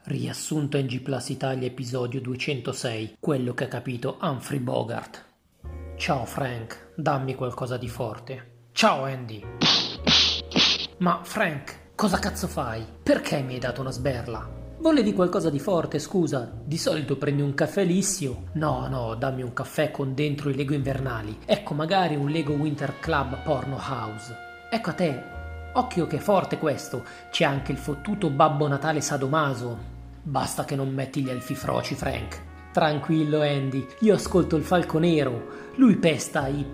Riassunto NG Plus Italia episodio 206, quello che ha capito Humphrey Bogart. Ciao Frank, dammi qualcosa di forte. Ciao Andy. Ma Frank, cosa cazzo fai? Perché mi hai dato una sberla? Volevi qualcosa di forte, scusa? Di solito prendi un caffè lissio. No, dammi un caffè con dentro i Lego invernali. Ecco, magari un Lego Winter Club Porno House. Ecco a te. Occhio che è forte questo. C'è anche il fottuto Babbo Natale sadomaso. Basta che non metti gli elfi froci, Frank. Tranquillo, Andy. Io ascolto il falco nero. Lui pesta i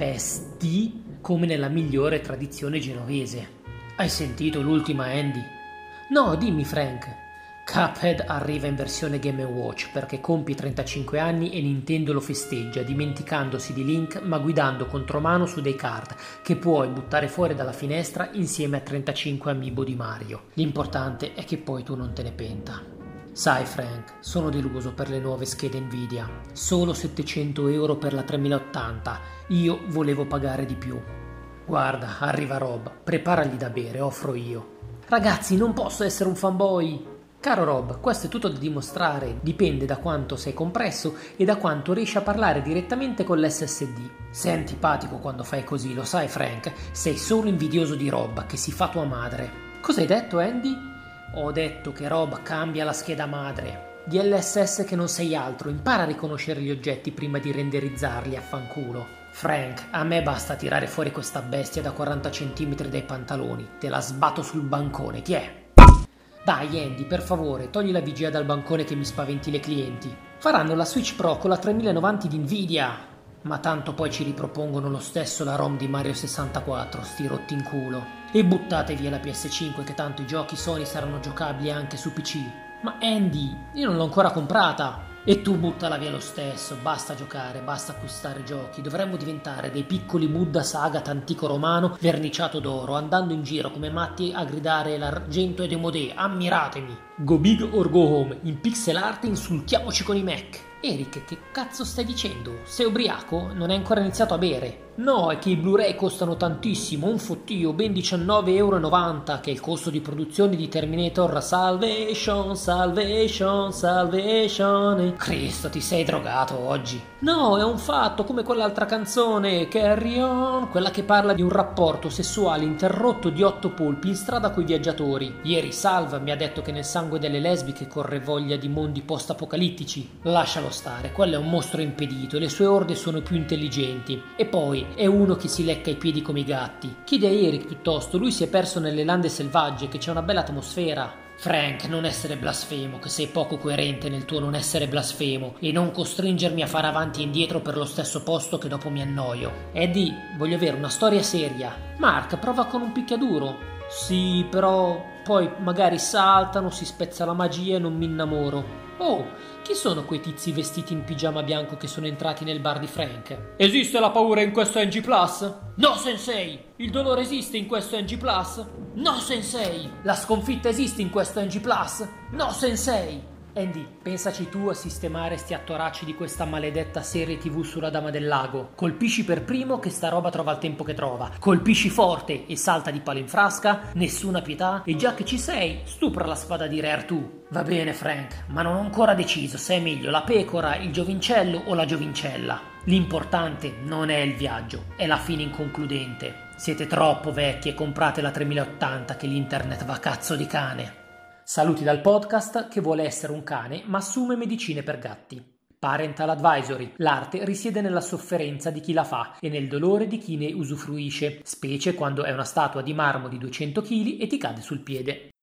pesti come nella migliore tradizione genovese. Hai sentito l'ultima, Andy? No, dimmi, Frank. Cuphead arriva in versione Game & Watch perché compie 35 anni e Nintendo lo festeggia, dimenticandosi di Link ma guidando contromano su dei kart che puoi buttare fuori dalla finestra insieme a 35 amiibo di Mario. L'importante è che poi tu non te ne penta. Sai Frank, sono deluso per le nuove schede Nvidia. Solo 700 euro per la 3080. Io volevo pagare di più. Guarda, arriva Rob. Preparagli da bere, offro io. Ragazzi, non posso essere un fanboy. Caro Rob, questo è tutto da dimostrare. Dipende da quanto sei compresso e da quanto riesci a parlare direttamente con l'SSD. Sei antipatico quando fai così, lo sai Frank? Sei solo invidioso di Rob, che si fa tua madre. Cosa hai detto, Andy? Ho detto che Rob cambia la scheda madre. DLSS che non sei altro, impara a riconoscere gli oggetti prima di renderizzarli, affanculo. Frank, a me basta tirare fuori questa bestia da 40 cm dai pantaloni. Te la sbatto sul bancone, ti è? Dai Andy, per favore, togli la vigia dal bancone che mi spaventi le clienti. Faranno la Switch Pro con la 3090 di Nvidia. Ma tanto poi ci ripropongono lo stesso la ROM di Mario 64, sti rotti in culo. E buttate via la PS5 che tanto i giochi Sony saranno giocabili anche su PC. Ma Andy, io non l'ho ancora comprata. E tu buttala via lo stesso, basta giocare, basta acquistare giochi. Dovremmo diventare dei piccoli Buddha Sagat antico romano verniciato d'oro, andando in giro come matti a gridare l'argento e demodè, ammiratemi. Go big or go home, in pixel art insultiamoci con i Mac. Eric, che cazzo stai dicendo? Sei ubriaco? Non hai ancora iniziato a bere? No, è che i Blu-ray costano tantissimo, un fottio, ben 19,90 €, che è il costo di produzione di Terminator Salvation. Cristo, ti sei drogato oggi? No, è un fatto, come quell'altra canzone, Carry On, quella che parla di un rapporto sessuale interrotto di 8 polpi in strada coi viaggiatori. Ieri Salva mi ha detto che nel sangue delle lesbiche corre voglia di mondi post-apocalittici. Lascialo stare, quello è un mostro impedito e le sue orde sono più intelligenti. E poi è uno che si lecca i piedi come i gatti. Chiede a Eric piuttosto, lui si è perso nelle lande selvagge, che c'è una bella atmosfera. Frank, non essere blasfemo, che sei poco coerente nel tuo non essere blasfemo e non costringermi a fare avanti e indietro per lo stesso posto che dopo mi annoio. Eddie, voglio avere una storia seria. Mark, prova con un picchiaduro. Sì, però poi magari saltano, si spezza la magia e non mi innamoro. Oh, chi sono quei tizi vestiti in pigiama bianco che sono entrati nel bar di Frank? Esiste la paura in questo NG Plus? No, sensei! Il dolore esiste in questo NG Plus? No, sensei! La sconfitta esiste in questo NG Plus? No, sensei! Andy, pensaci tu a sistemare sti attoracci di questa maledetta serie TV sulla Dama del Lago. Colpisci per primo che sta roba trova il tempo che trova. Colpisci forte e salta di palo in frasca, nessuna pietà, e già che ci sei, stupra la spada di Re Artù. Va bene Frank, ma non ho ancora deciso se è meglio la pecora, il giovincello o la giovincella. L'importante non è il viaggio, è la fine inconcludente. Siete troppo vecchi e comprate la 3080 che l'internet va a cazzo di cane. Saluti dal podcast che vuole essere un cane ma assume medicine per gatti. Parental Advisory. L'arte risiede nella sofferenza di chi la fa e nel dolore di chi ne usufruisce, specie quando è una statua di marmo di 200 kg e ti cade sul piede.